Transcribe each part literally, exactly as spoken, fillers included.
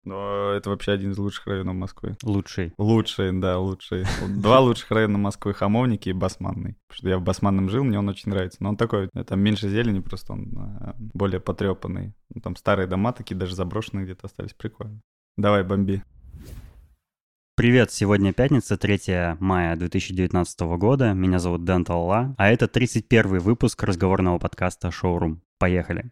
Но это вообще один из лучших районов Москвы. Лучший. Лучший, да, лучший. Два лучших района Москвы — Хамовники и Басманный. Потому что я в Басманном жил, мне он очень нравится. Но он такой, там меньше зелени, просто он а, более потрепанный. Ну, там старые дома такие, даже заброшенные где-то остались. Прикольно. Давай, бомби. Привет, сегодня пятница, третьего мая две тысячи девятнадцатого года. Меня зовут Дэн Талла, а это тридцать первый выпуск разговорного подкаста «Шоурум». Поехали!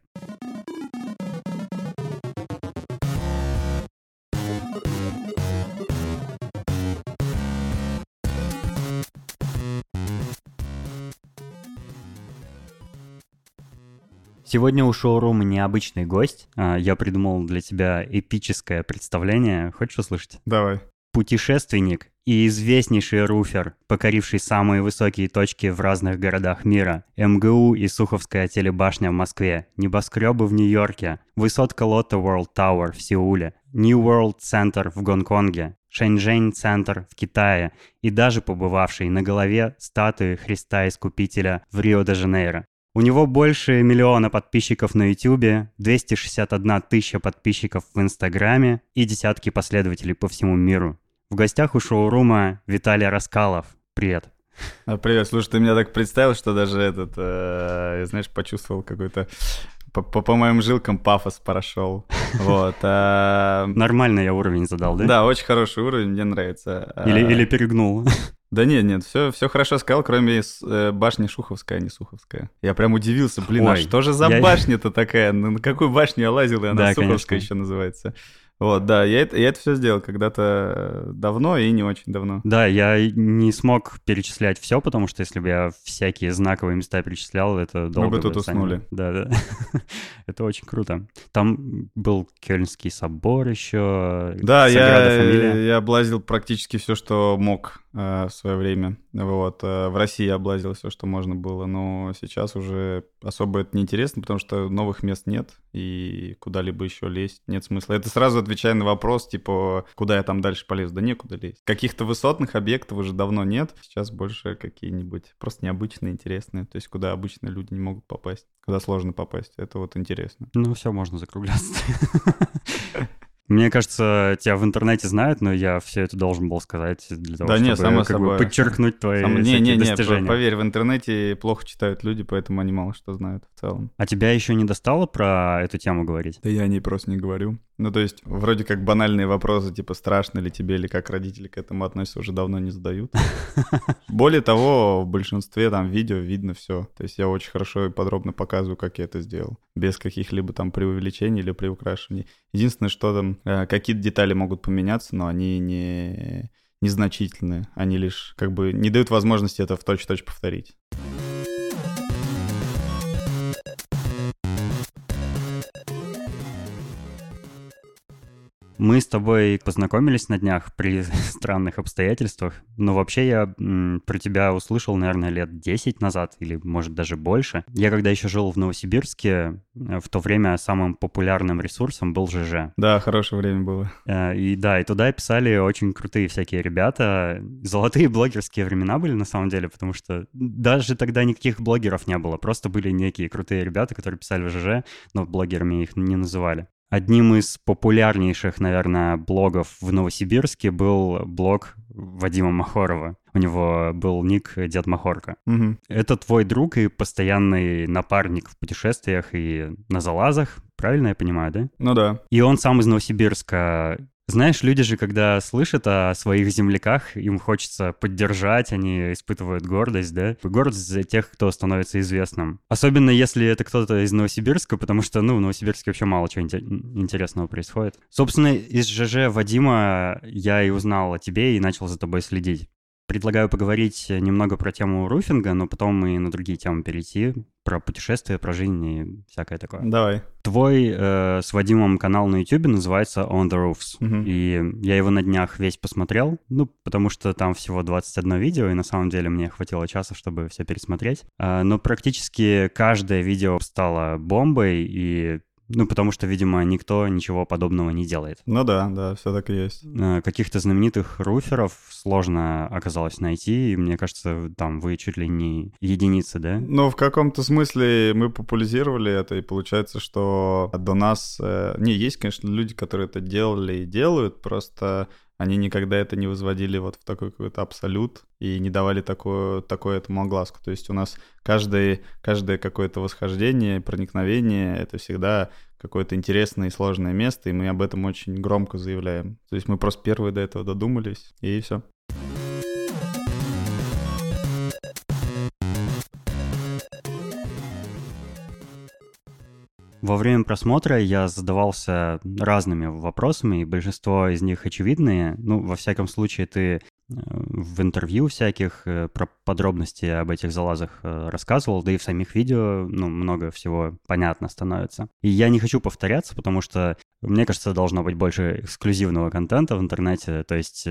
Сегодня у шоурума необычный гость. Я придумал для тебя эпическое представление. Хочешь услышать? Давай. Путешественник и известнейший руфер, покоривший самые высокие точки в разных городах мира. эм гэ у и Суховская телебашня в Москве, небоскребы в Нью-Йорке, высотка Lotte World Tower в Сеуле, New World Center в Гонконге, Шэньчжэнь Центр в Китае и даже побывавший на голове статуи Христа Искупителя в Рио-де-Жанейро. У него больше миллиона подписчиков на Ютубе, двести шестьдесят одна тысяча подписчиков в Инстаграме и десятки последователей по всему миру. В гостях у шоурума Виталий Раскалов. Привет. А, привет. Слушай, ты меня так представил, что даже этот, э, знаешь, почувствовал какой-то... По, по, по моим жилкам пафос прошел. Вот. А... Нормально я уровень задал, да? Да, очень хороший уровень, мне нравится. Или, а... или перегнул. Да нет, нет, все, все хорошо сказал, кроме э, башни Шуховская, а не Суховская. Я прям удивился, блин, Ой, а что же за я... башня-то такая? Ну, на какую башню я лазил, и она да, Суховская конечно. Еще называется. Вот, да, я это, я это все сделал когда-то давно и не очень давно. Да, я не смог перечислять все, потому что если бы я всякие знаковые места перечислял, это долго. Мы бы тут уснули. Да, да. Это очень круто. Там был Кёльнский собор еще. Да, я, я облазил практически все, что мог э, в свое время. Вот. В России я облазил все, что можно было, но сейчас уже особо это неинтересно, потому что новых мест нет, и куда-либо еще лезть нет смысла. Это сразу отвечая на вопрос, типа, куда я там дальше полезу? Да некуда лезть. Каких-то высотных объектов уже давно нет, сейчас больше какие-нибудь просто необычные, интересные, то есть куда обычно люди не могут попасть, куда сложно попасть. Это вот интересно. Ну все, можно закругляться. Мне кажется, тебя в интернете знают, но я все это должен был сказать для того, да чтобы не, само как собой. бы подчеркнуть твои Сам... не, не, не, достижения. Не, поверь, в интернете плохо читают люди, поэтому они мало что знают в целом. А тебя еще не достало про эту тему говорить? Да я о ней просто не говорю. Ну, то есть, вроде как банальные вопросы, типа, страшно ли тебе или как родители к этому относятся, уже давно не задают. Более того, в большинстве там видео видно все. То есть я очень хорошо и подробно показываю, как я это сделал. Без каких-либо там преувеличений или приукрашиваний. Единственное, что там э, какие-то детали могут поменяться, но они не незначительные. Они лишь как бы не дают возможности это в точь-в-точь повторить. Мы с тобой познакомились на днях при странных обстоятельствах, но вообще я м, про тебя услышал, наверное, лет десять назад или, может, даже больше. Я когда еще жил в Новосибирске, в то время самым популярным ресурсом был жэ жэ. Да, хорошее время было. И да, и туда писали очень крутые всякие ребята. Золотые блогерские времена были на самом деле, потому что даже тогда никаких блогеров не было, просто были некие крутые ребята, которые писали в жэ жэ, но блогерами их не называли. Одним из популярнейших, наверное, блогов в Новосибирске был блог Вадима Махорова. У него был ник Дед Махорка. Угу. Это твой друг и постоянный напарник в путешествиях и на залазах, правильно я понимаю, да? Ну да. И он сам из Новосибирска. Знаешь, люди же, когда слышат о своих земляках, им хочется поддержать, они испытывают гордость, да? Гордость за тех, кто становится известным. Особенно если это кто-то из Новосибирска, потому что, ну, в Новосибирске вообще мало чего интересного происходит. Собственно, из жэ жэ Вадима я и узнал о тебе и начал за тобой следить. Предлагаю поговорить немного про тему руфинга, но потом и на другие темы перейти. Про путешествия, про жизнь и всякое такое. Давай. Твой э, с Вадимом канал на YouTube называется On The Roofs. Угу. И я его на днях весь посмотрел, ну, потому что там всего двадцать одно видео, и на самом деле мне хватило часа, чтобы все пересмотреть. Э, но практически каждое видео стало бомбой, и Ну, потому что, видимо, никто ничего подобного не делает. Ну да, да, все так и есть. Каких-то знаменитых руферов сложно оказалось найти, и мне кажется, там вы чуть ли не единицы, да? Ну, в каком-то смысле мы популяризировали это, и получается, что до нас... Э, не, есть, конечно, люди, которые это делали и делают, просто они никогда это не возводили вот в такой какой-то абсолют и не давали такое, такое этому огласку. То есть у нас каждое, каждое какое-то восхождение, проникновение — это всегда какое-то интересное и сложное место, и мы об этом очень громко заявляем. То есть мы просто первые до этого додумались, и все. Во время просмотра я задавался разными вопросами, и большинство из них очевидные. Ну, во всяком случае, ты в интервью всяких про подробности об этих залазах рассказывал, да и в самих видео, ну, много всего понятно становится. И я не хочу повторяться, потому что, мне кажется, должно быть больше эксклюзивного контента в интернете, то есть...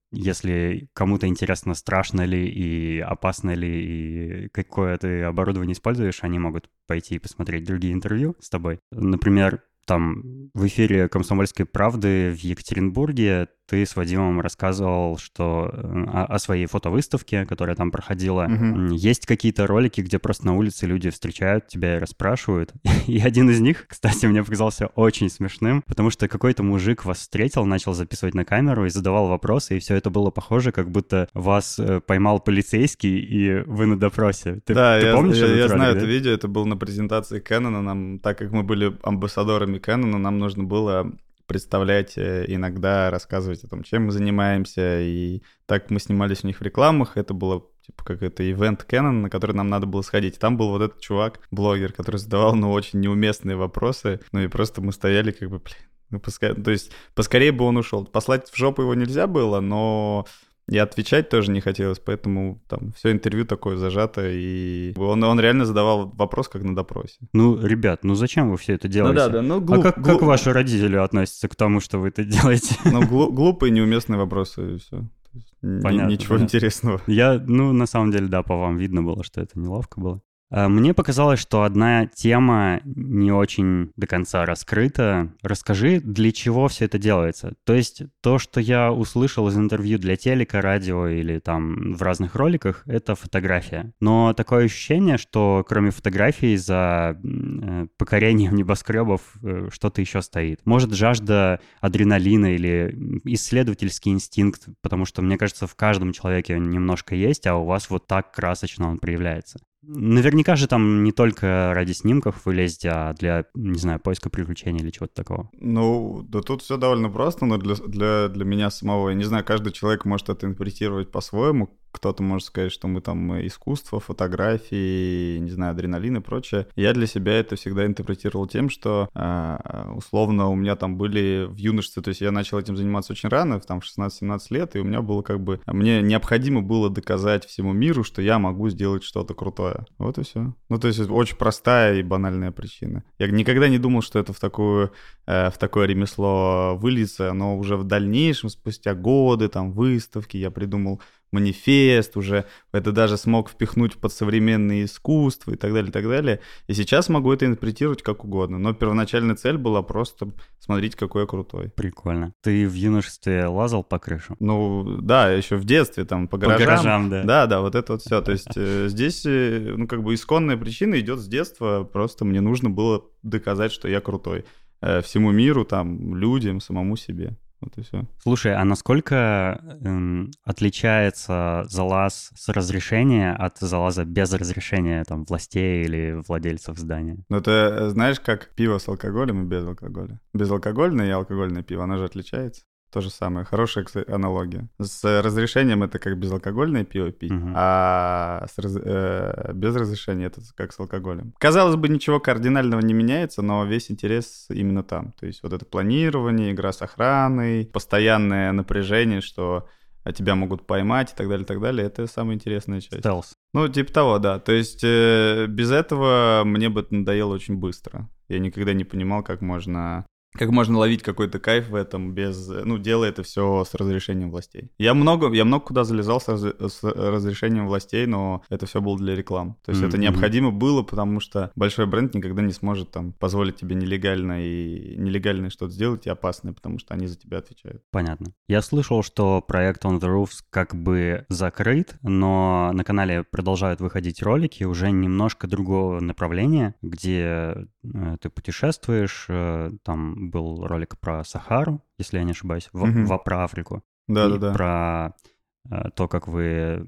Если кому-то интересно, страшно ли и опасно ли, и какое ты оборудование используешь, они могут пойти и посмотреть другие интервью с тобой. Например, там в эфире «Комсомольской правды» в Екатеринбурге ты с Вадимом рассказывал, что о, о своей фотовыставке, которая там проходила. Угу. Есть какие-то ролики, где просто на улице люди встречают тебя и расспрашивают. И один из них, кстати, мне показался очень смешным, потому что какой-то мужик вас встретил, начал записывать на камеру и задавал вопросы, и все это было похоже, как будто вас поймал полицейский, и вы на допросе. Ты, да, ты я, помнишь я, этот я ролик, знаю да? это видео, это было на презентации Canon, нам, так как мы были амбассадорами Canon, нам нужно было представлять, иногда рассказывать о том, чем мы занимаемся, и так мы снимались у них в рекламах, это было типа какой-то ивент Canon, на который нам надо было сходить. И там был вот этот чувак, блогер, который задавал, ну, очень неуместные вопросы, ну, и просто мы стояли как бы, блин, ну, пускай, то есть поскорее бы он ушел. Послать в жопу его нельзя было, но... И отвечать тоже не хотелось, поэтому там все интервью такое зажато, и он, он реально задавал вопрос, как на допросе. Ну, ребят, ну зачем вы все это делаете? Ну да, да, ну глуп, А как, глуп... как ваши родители относятся к тому, что вы это делаете? Ну, глу- глупые, неуместные вопросы, и все. Понятно, Ничего понятно. интересного. Я, ну, на самом деле, да, по вам видно было, что это неловко было. Мне показалось, что одна тема не очень до конца раскрыта. Расскажи, для чего все это делается? То есть то, что я услышал из интервью для телека, радио или там в разных роликах, это фотография. Но такое ощущение, что кроме фотографий за покорением небоскребов что-то еще стоит. Может, жажда адреналина или исследовательский инстинкт, потому что, мне кажется, в каждом человеке немножко есть, а у вас вот так красочно он проявляется. Наверняка же там не только ради снимков вы лезете, а для, не знаю, поиска приключений или чего-то такого. Ну, да тут все довольно просто, но для, для, для меня самого, я не знаю, каждый человек может это интерпретировать по-своему. Кто-то может сказать, что мы там искусство, фотографии, не знаю, адреналин и прочее. Я для себя это всегда интерпретировал тем, что э, условно у меня там были в юношестве, то есть я начал этим заниматься очень рано, там в шестнадцать-семнадцать лет, и у меня было как бы, мне необходимо было доказать всему миру, что я могу сделать что-то крутое. Вот и все. Ну, то есть это очень простая и банальная причина. Я никогда не думал, что это в такую, э, в такое ремесло выльется, но уже в дальнейшем, спустя годы, там, выставки, я придумал манифест, уже это даже смог впихнуть под современное искусство и так далее, и так далее. И сейчас могу это интерпретировать как угодно. Но первоначальная цель была просто смотреть, какой я крутой. Прикольно. Ты в юношестве лазал по крышам? Ну, да, еще в детстве, там, по гаражам. По гаражам, да. Да, да, вот это вот все. То есть э, здесь, э, ну, как бы исконная причина идет с детства. Просто мне нужно было доказать, что я крутой. Э, всему миру, там, людям, самому себе. Вот и все. Слушай, а насколько эм, отличается залаз с разрешения от залаза без разрешения там властей или владельцев здания? Ну, это знаешь, как пиво с алкоголем и без алкоголя. Безалкогольное и алкогольное пиво, оно же отличается. То же самое. Хорошая аналогия. С разрешением это как безалкогольное пиво пить, uh-huh. а с раз... э, без разрешения это как с алкоголем. Казалось бы, ничего кардинального не меняется, но весь интерес именно там. То есть вот это планирование, игра с охраной, постоянное напряжение, что тебя могут поймать и так далее, и так далее. Это самая интересная часть. Стелс. Ну, типа того, да. То есть э, без этого мне бы это надоело очень быстро. Я никогда не понимал, как можно как можно ловить какой-то кайф в этом без... Ну, делая это все с разрешением властей. Я много, я много куда залезал с, раз, с разрешением властей, но это все было для рекламы. То есть mm-hmm. это необходимо было, потому что большой бренд никогда не сможет там позволить тебе нелегально и нелегально что-то сделать и опасное, потому что они за тебя отвечают. Понятно. Я слышал, что проект On The Roofs как бы закрыт, но на канале продолжают выходить ролики уже немножко другого направления, где э, ты путешествуешь, э, там был ролик про Сахару, если я не ошибаюсь, в, mm-hmm. в, про Африку. Да-да-да. Про э, то, как вы э,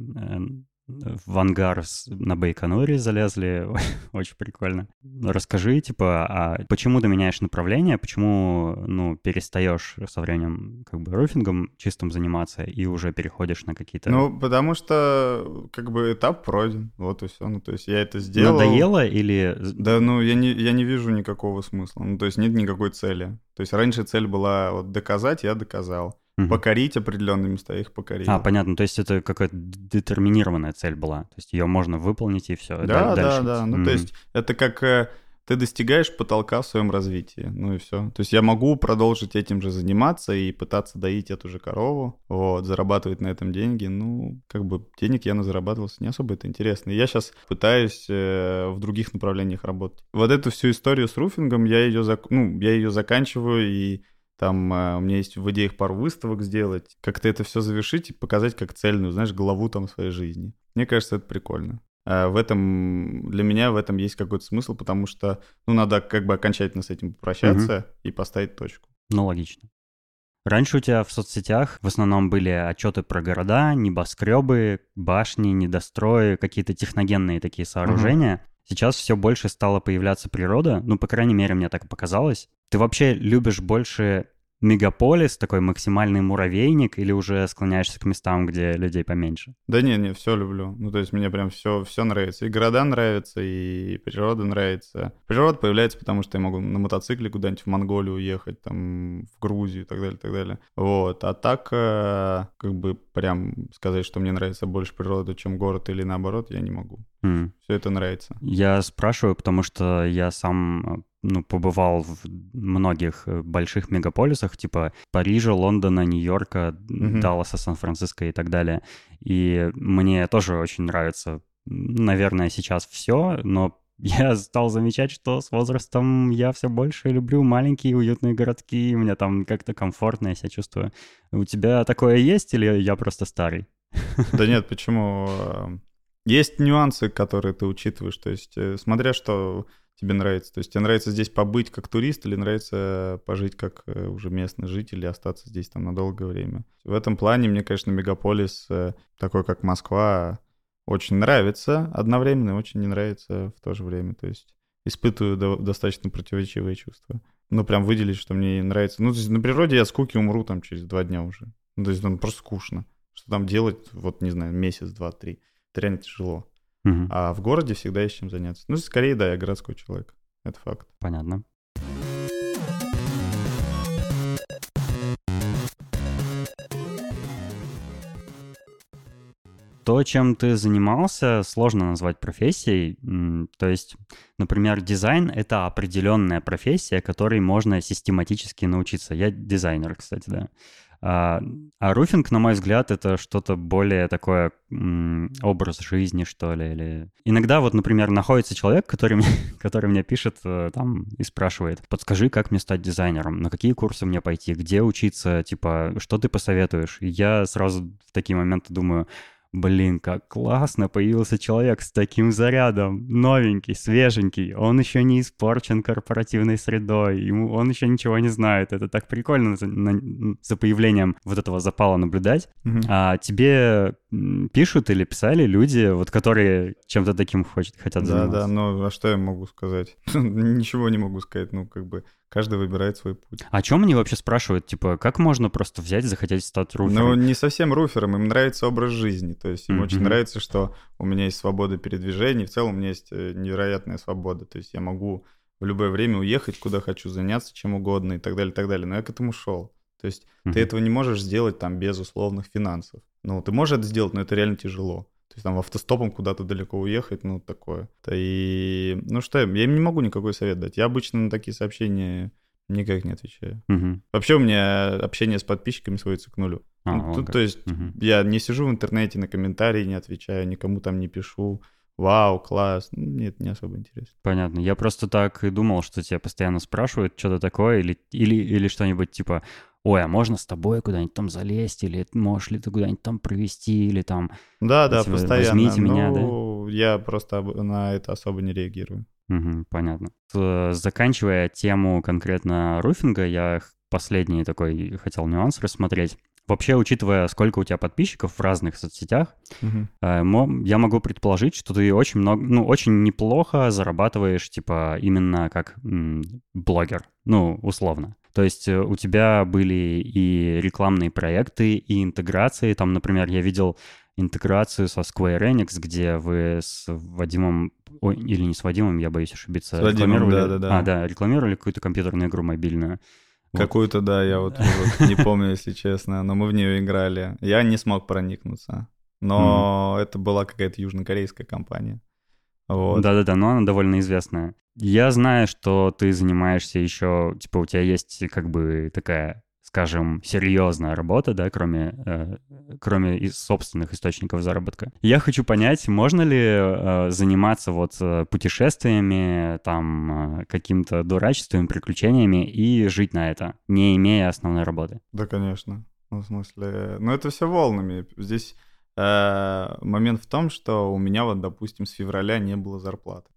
в ангар на Байконуре залезли. Очень прикольно. Расскажи, типа, а почему ты меняешь направление, почему, ну, перестаешь со временем как бы руфингом чистым заниматься и уже переходишь на какие-то... Ну, потому что как бы этап пройден, вот и все. Ну, то есть я это сделал... Надоело или... Да, ну, я не, я не вижу никакого смысла. Ну, то есть нет никакой цели. То есть раньше цель была вот доказать, я доказал. Покорить определенные места, их покорил. А, понятно, то есть это какая-то детерминированная цель была, то есть ее можно выполнить и все. Да, да, да, ну mm-hmm. то есть это как э, ты достигаешь потолка в своем развитии, ну и все. То есть я могу продолжить этим же заниматься и пытаться доить эту же корову, вот, зарабатывать на этом деньги, ну, как бы денег я зарабатывался, не особо это интересно. И я сейчас пытаюсь э, в других направлениях работать. Вот эту всю историю с руфингом, я ее, зак... ну, я ее заканчиваю и... Там э, у меня есть в идеях пару выставок сделать, как-то это все завершить и показать как цельную, знаешь, главу там своей жизни. Мне кажется, это прикольно. А в этом, для меня в этом есть какой-то смысл, потому что, ну, надо как бы окончательно с этим попрощаться угу. и поставить точку. Ну, логично. Раньше у тебя в соцсетях в основном были отчеты про города, небоскребы, башни, недострои, какие-то техногенные такие сооружения. Угу. Сейчас все больше стала появляться природа, ну, по крайней мере, мне так показалось. Ты вообще любишь больше мегаполис, такой максимальный муравейник, или уже склоняешься к местам, где людей поменьше? Да не, не, все люблю. Ну, то есть мне прям все, все нравится. И города нравятся, и природа нравится. Природа появляется, потому что я могу на мотоцикле куда-нибудь в Монголию уехать, там, в Грузию и так далее, и так далее. Вот. А так, как бы прям сказать, что мне нравится больше природа, чем город, или наоборот, я не могу. Mm. Все это нравится. Я спрашиваю, потому что я сам... ну, побывал в многих больших мегаполисах, типа Парижа, Лондона, Нью-Йорка, mm-hmm. Далласа, Сан-Франциско и так далее. И мне тоже очень нравится, наверное, сейчас все, но я стал замечать, что с возрастом я все больше люблю маленькие уютные городки, мне там как-то комфортно, я себя чувствую. У тебя такое есть или я просто старый? Да нет, почему? Есть нюансы, которые ты учитываешь, то есть смотря что... тебе нравится? То есть тебе нравится здесь побыть как турист или нравится пожить как уже местный житель и остаться здесь там на долгое время? В этом плане мне, конечно, мегаполис, такой как Москва, очень нравится одновременно и очень не нравится в то же время. То есть испытываю до- достаточно противоречивые чувства. Ну, прям выделить, что мне нравится. Ну, то есть на природе я от скуки умру там через два дня уже. Ну, то есть там просто скучно. Что там делать, вот, не знаю, месяц, два, три. Это реально тяжело. Угу. А в городе всегда есть чем заняться. Ну, скорее, да, я городской человек. Это факт. Понятно. То, чем ты занимался, сложно назвать профессией. То есть, например, дизайн — это определенная профессия, которой можно систематически научиться. Я дизайнер, кстати, да. А, а руфинг, на мой взгляд, это что-то более такое м, образ жизни, что ли. Или... Иногда вот, например, находится человек, который мне, который мне пишет там и спрашивает: подскажи, как мне стать дизайнером, на какие курсы мне пойти, где учиться, типа, что ты посоветуешь? И я сразу в такие моменты думаю: блин, как классно, появился человек с таким зарядом, новенький, свеженький, он еще не испорчен корпоративной средой, ему, он еще ничего не знает. Это так прикольно за, на, за появлением вот этого запала наблюдать. Mm-hmm. А тебе пишут или писали люди, вот которые чем-то таким хочет, хотят да, заниматься? Да, да, ну а что я могу сказать? Ничего не могу сказать, ну как бы каждый выбирает свой путь. О чем они вообще спрашивают? Типа, как можно просто взять и захотеть стать руфером? Ну, не совсем руфером, им нравится образ жизни. То есть им mm-hmm. очень нравится, что у меня есть свобода передвижения, в целом у меня есть невероятная свобода. То есть я могу в любое время уехать, куда хочу, заняться чем угодно и так далее, и так далее. Но я к этому шел. То есть mm-hmm. ты этого не можешь сделать там без условных финансов. Ну, ты можешь это сделать, но это реально тяжело. То есть там автостопом куда-то далеко уехать, ну, такое. И, ну что, я им не могу никакой совет дать. Я обычно на такие сообщения Никак не отвечаю. Угу. Вообще у меня общение с подписчиками сводится к нулю. А, ну, тут, как. то есть угу. я не сижу в интернете, на комментарии не отвечаю, никому там не пишу. Вау, класс. Нет, не особо интересно. Понятно. Я просто так и думал, что тебя постоянно спрашивают что-то такое или, или, или что-нибудь типа, ой, а можно с тобой куда-нибудь там залезть, или можешь ли ты куда-нибудь там провести, или там... Да, да, типа, постоянно. Возьмите меня, ну, да? Я просто на это особо не реагирую. Угу, понятно. Заканчивая тему конкретно руфинга, я последний такой хотел нюанс рассмотреть. Вообще, учитывая, сколько у тебя подписчиков в разных соцсетях, угу. я могу предположить, что ты очень много, ну, очень неплохо зарабатываешь, типа, именно как м, блогер, ну, условно. То есть у тебя были и рекламные проекты, и интеграции. Там, например, я видел интеграцию со Square Enix, где вы с Вадимом, ой, или не с Вадимом, я боюсь ошибиться, с Вадимом, рекламировали... да, да, да. А, да, рекламировали какую-то компьютерную игру мобильную. Какую-то, вот. Да, я вот, вот не помню, если честно, но мы в нее играли. Я не смог проникнуться, но mm-hmm. это была какая-то южнокорейская компания. Вот. Да-да-да, но она довольно известная. Я знаю, что ты занимаешься еще, типа у тебя есть как бы такая, скажем, серьезная работа, да, кроме, э, кроме из собственных источников заработка. Я хочу понять, можно ли э, заниматься вот путешествиями, там, э, каким-то дурачеством, приключениями и жить на это, не имея основной работы? Да, конечно. Ну, в смысле, ну это все волнами. Здесь э, момент в том, что у меня вот, допустим, с февраля не было зарплаты.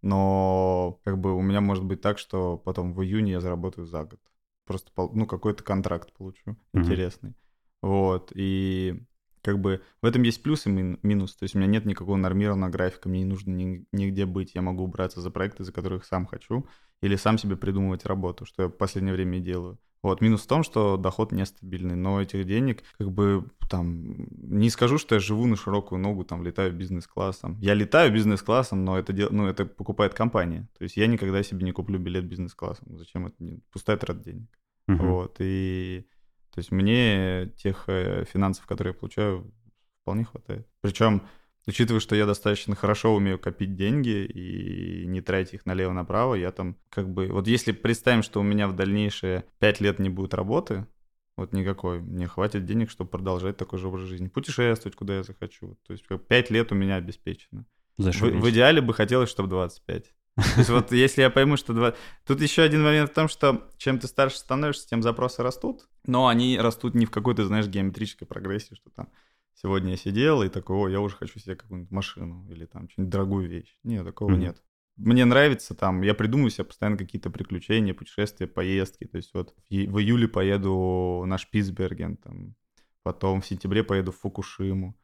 Но как бы у меня может быть так, что потом в июне я заработаю за год. Просто, ну, какой-то контракт получу mm-hmm. интересный. Вот, и как бы в этом есть плюс и минус. То есть у меня нет никакого нормированного графика, мне не нужно ни, нигде быть. Я могу браться за проекты, за которых сам хочу, или сам себе придумывать работу, что я в последнее время и делаю. Вот, минус в том, что доход нестабильный, но этих денег, как бы, там, не скажу, что я живу на широкую ногу, там, летаю бизнес-классом. Я летаю бизнес-классом, но это, дел... ну, это покупает компания. То есть я никогда себе не куплю билет бизнес-классом. Зачем это? Пустая трата денег. Uh-huh. Вот, и... То есть мне тех финансов, которые я получаю, вполне хватает. Причем, учитывая, что я достаточно хорошо умею копить деньги и не тратить их налево-направо, я там как бы... Вот если представим, что у меня в дальнейшие пять лет не будет работы, вот никакой, мне хватит денег, чтобы продолжать такой же образ жизни. Путешествовать, куда я захочу. То есть пять лет у меня обеспечено. В, в идеале бы хотелось, чтобы двадцать пять. То есть вот если я пойму, что... два... Тут еще один момент в том, что чем ты старше становишься, тем запросы растут, но они растут не в какой-то, знаешь, геометрической прогрессии, что там сегодня я сидел и такой, о, я уже хочу себе какую-нибудь машину или там что-нибудь дорогую вещь. Нет, такого mm-hmm. нет. Мне нравится там, я придумываю себе постоянно какие-то приключения, путешествия, поездки. То есть вот в июле поеду на Шпицберген, там, потом в сентябре поеду в Фукушиму.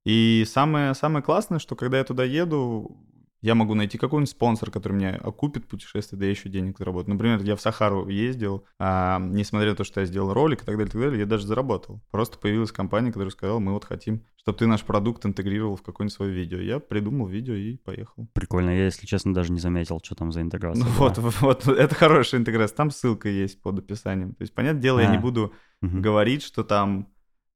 И самое, самое классное, что когда я туда еду... Я могу найти какой-нибудь спонсор, который мне окупит путешествие, да я еще денег заработаю. Например, я в Сахару ездил, а, несмотря на то, что я сделал ролик и так далее, и так далее, я даже заработал. Просто появилась компания, которая сказала, мы вот хотим, чтобы ты наш продукт интегрировал в какое-нибудь свое видео. Я придумал видео и поехал. Прикольно, я, если честно, даже не заметил, что там за интеграция. Ну, вот, вот, это хорошая интеграция, там ссылка есть под описанием. То есть, понятное дело, а, я не буду угу. говорить, что там,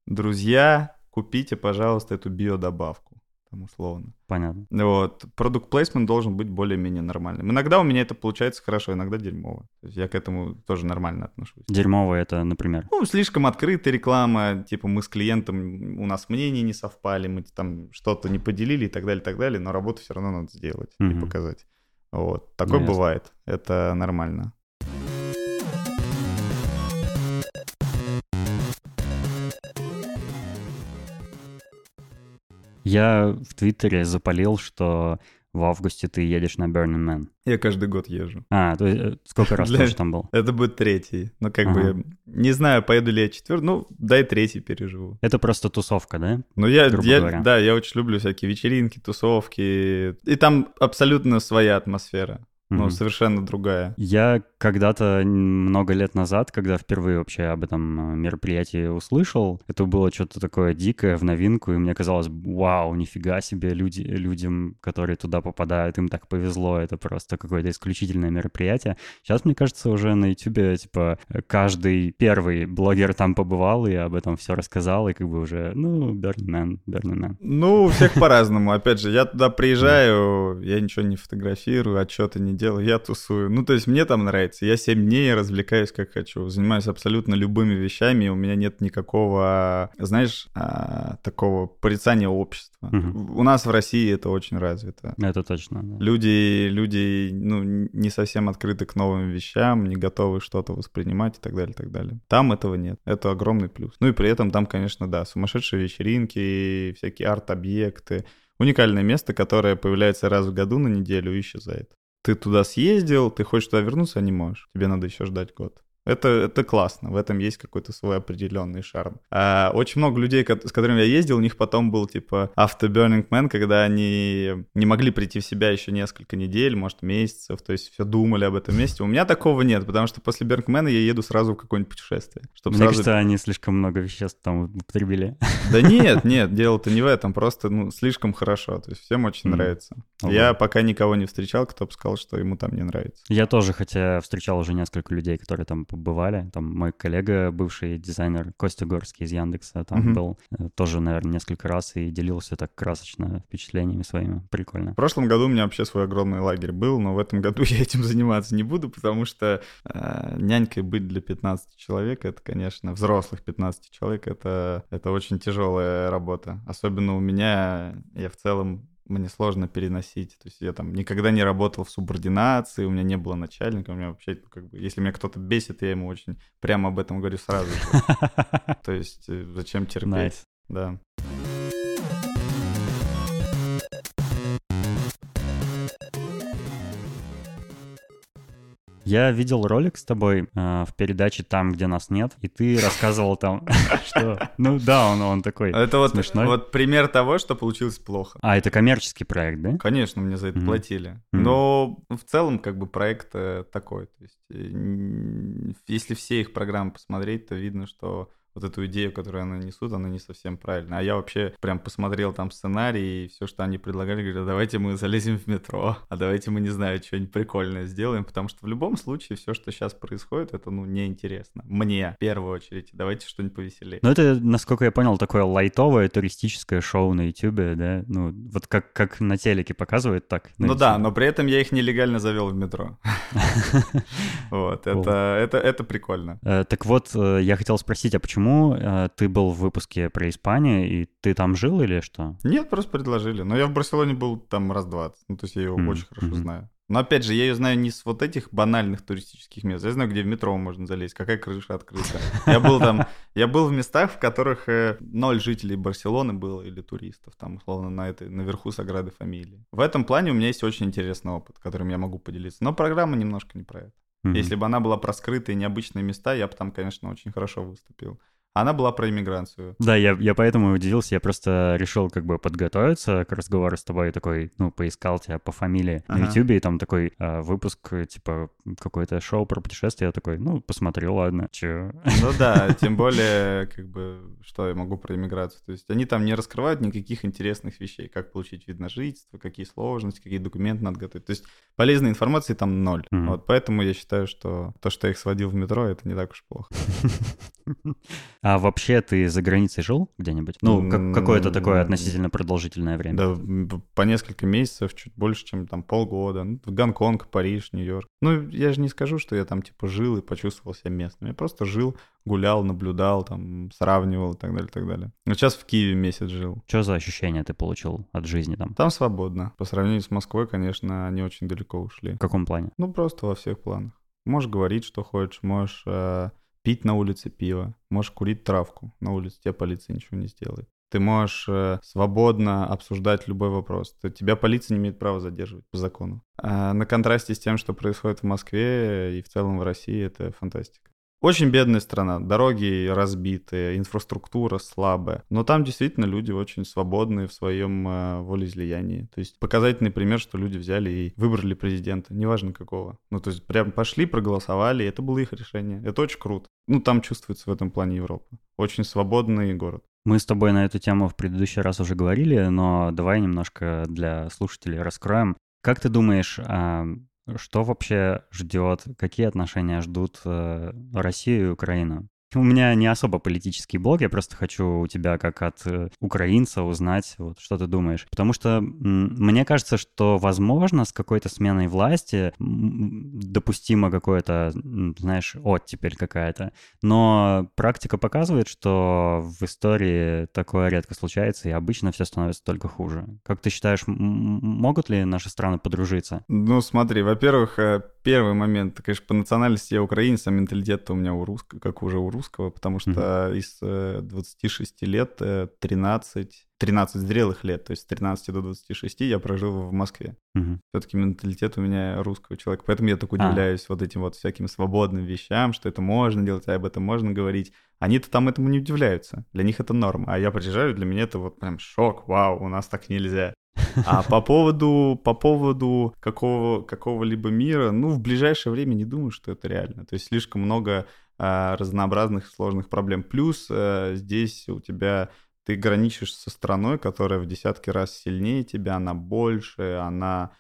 друзья, купите, пожалуйста, эту биодобавку. Там условно. Понятно. Вот. Product placement должен быть более-менее нормальным. Иногда у меня это получается хорошо, иногда дерьмово. То есть я к этому тоже нормально отношусь. Дерьмово это, например? Ну, слишком открытая реклама, типа мы с клиентом, у нас мнения не совпали, мы там что-то не поделили и так далее, и так далее, но работу все равно надо сделать mm-hmm. и показать. Вот. Такое ну, бывает. Это нормально. Я в Твиттере запалил, что в августе ты едешь на Burning Man. Я каждый год езжу. А, то есть сколько раз ты уже там был? Это будет третий. Ну, как ага. бы, не знаю, поеду ли я четвертый, ну, дай третий переживу. Это просто тусовка, да? Ну, я, я да, я очень люблю всякие вечеринки, тусовки. И там абсолютно своя атмосфера. Ну, mm-hmm. совершенно другая. Я когда-то много лет назад, когда впервые вообще об этом мероприятии услышал, это было что-то такое дикое, в новинку, и мне казалось, вау, нифига себе, люди, людям, которые туда попадают, им так повезло, это просто какое-то исключительное мероприятие. Сейчас, мне кажется, уже на Ютубе, типа, каждый первый блогер там побывал и об этом все рассказал, и как бы уже, ну, Burning Man, Burning Man. Ну, у всех по-разному. Опять же, я туда приезжаю, я ничего не фотографирую, отчеты не делаю, я тусую. Ну, то есть мне там нравится. Я семь дней развлекаюсь как хочу. Занимаюсь абсолютно любыми вещами. У меня нет никакого, знаешь, а, такого порицания общества. Угу. У нас в России это очень развито. Это точно, да. Люди, люди, ну, не совсем открыты к новым вещам, не готовы что-то воспринимать и так далее, и так далее. Там этого нет. Это огромный плюс. Ну и при этом там, конечно, да, сумасшедшие вечеринки, всякие арт-объекты. Уникальное место, которое появляется раз в году на неделю и исчезает. Ты туда съездил, ты хочешь туда вернуться, а не можешь. Тебе надо еще ждать год. Это, это классно, в этом есть какой-то свой определенный шарм. А, очень много людей, с которыми я ездил, у них потом был типа Afterburning Man, когда они не могли прийти в себя еще несколько недель, может, месяцев, то есть все думали об этом месте. У меня такого нет, потому что после Burning Man я еду сразу в какое-нибудь путешествие. Мне сразу... кажется, они слишком много веществ там употребили. Да нет, нет, дело-то не в этом, просто ну, слишком хорошо, то есть всем очень mm. нравится. Ого. Я пока никого не встречал, кто бы сказал, что ему там не нравится. Я тоже, хотя встречал уже несколько людей, которые там побывали. Там мой коллега, бывший дизайнер Костя Горский из Яндекса, там mm-hmm. был тоже, наверное, несколько раз и делился так красочно впечатлениями своими. Прикольно. В прошлом году у меня вообще свой огромный лагерь был, но в этом году я этим заниматься не буду, потому что э, нянькой быть для пятнадцати человек, это, конечно, взрослых пятнадцати человек, это, это очень тяжелая работа. Особенно у меня, я в целом мне сложно переносить. То есть я там никогда не работал в субординации, у меня не было начальника, у меня вообще, как бы, если меня кто-то бесит, я ему очень прямо об этом говорю сразу же. То есть зачем терпеть? Да. Я видел ролик с тобой э, в передаче «Там, где нас нет», и ты рассказывал там, что... Ну да, он, он такой это смешной. Вот, вот пример того, что получилось плохо. А, это коммерческий проект, да? Конечно, мне за это mm-hmm. платили. Mm-hmm. Но в целом как бы проект такой. То есть если все их программы посмотреть, то видно, что... вот эту идею, которую они несут, она не совсем правильная. А я вообще прям посмотрел там сценарий, и все, что они предлагали, говорят, давайте мы залезем в метро, а давайте мы, не знаю, что-нибудь прикольное сделаем, потому что в любом случае все, что сейчас происходит, это, ну, неинтересно. Мне, в первую очередь. Давайте что-нибудь повеселее. Ну, это, насколько я понял, такое лайтовое туристическое шоу на Ютубе, да? Ну, вот как, как на телеке показывают, так. Ну да, но при этом я их нелегально завел в метро. Вот, это прикольно. Так вот, я хотел спросить, а почему ты был в выпуске про Испанию, и ты там жил или что? Нет, просто предложили. Но я в Барселоне был там раз двадцать. Ну, то есть я ее mm-hmm. очень хорошо mm-hmm. знаю. Но опять же, я ее знаю не с вот этих банальных туристических мест. Я знаю, где в метро можно залезть, какая крыша открыта. Я был там, я был в местах, в которых ноль жителей Барселоны было или туристов, там, условно, на этой, наверху Саграды Фамилии. В этом плане у меня есть очень интересный опыт, которым я могу поделиться. Но программа немножко не про это. Mm-hmm. Если бы она была про скрытые, необычные места, я бы там, конечно, очень хорошо выступил. Она была про иммиграцию. Да, я, я поэтому удивился. Я просто решил как бы подготовиться к разговору с тобой. Такой, ну, поискал тебя по фамилии ага. на Ютубе, и там такой э, выпуск, типа, какое-то шоу про путешествия. Я такой, ну, посмотрю, ладно, чё. Ну да, тем более, как бы, что я могу про иммиграцию. То есть они там не раскрывают никаких интересных вещей. Как получить вид на жительство, какие сложности, какие документы надо готовить. То есть полезной информации там ноль. Mm-hmm. Вот поэтому я считаю, что то, что я их сводил в метро, это не так уж плохо. А вообще ты за границей жил где-нибудь? Ну, как, какое-то такое относительно продолжительное время. Да, по несколько месяцев, чуть больше, чем там полгода. Ну, Гонконг, Париж, Нью-Йорк. Ну, я же не скажу, что я там типа жил и почувствовал себя местным. Я просто жил, гулял, наблюдал, там, сравнивал и так далее, и так далее. Но сейчас в Киеве месяц жил. Что за ощущения ты получил от жизни там? Там свободно. По сравнению с Москвой, конечно, они очень далеко ушли. В каком плане? Ну, просто во всех планах. Можешь говорить, что хочешь, можешь... Э- пить на улице пиво, можешь курить травку на улице, тебе полиция ничего не сделает. Ты можешь э, свободно обсуждать любой вопрос. Ты, тебя полиция не имеет права задерживать по закону. А на контрасте с тем, что происходит в Москве и в целом в России, это фантастика. Очень бедная страна, дороги разбитые, инфраструктура слабая, но там действительно люди очень свободные в своем э, волеизлиянии. То есть показательный пример, что люди взяли и выбрали президента, неважно какого. Ну то есть прям пошли, проголосовали, и это было их решение. Это очень круто. Ну там чувствуется в этом плане Европа. Очень свободный город. Мы с тобой на эту тему в предыдущий раз уже говорили, но давай немножко для слушателей раскроем. Как ты думаешь, что вообще ждет, какие отношения ждут Россию и Украину? У меня не особо политический блог, я просто хочу у тебя как от э, украинца узнать, вот, что ты думаешь. Потому что м, мне кажется, что, возможно, с какой-то сменой власти м, допустимо какое-то, м, знаешь, оттепель какая-то. Но практика показывает, что в истории такое редко случается, и обычно все становится только хуже. Как ты считаешь, м- могут ли наши страны подружиться? Ну, смотри, во-первых, э, первый момент, конечно, по национальности я украинец, а менталитет у меня у русского, как уже у русского, потому что mm-hmm. из э, двадцати шести лет э, тринадцать, тринадцать зрелых лет, то есть с тринадцати до двадцати шести я прожил в Москве. Mm-hmm. Все-таки менталитет у меня русского человека, поэтому я так удивляюсь а. вот этим вот всяким свободным вещам, что это можно делать, а об этом можно говорить. Они-то там этому не удивляются, для них это норма, а я приезжаю, для меня это вот прям шок, вау, у нас так нельзя. А по поводу, по поводу какого, какого-либо мира, ну, в ближайшее время не думаю, что это реально. То есть слишком много а, разнообразных сложных проблем. Плюс а, здесь у тебя ты граничишь со страной, которая в десятки раз сильнее тебя, она больше, она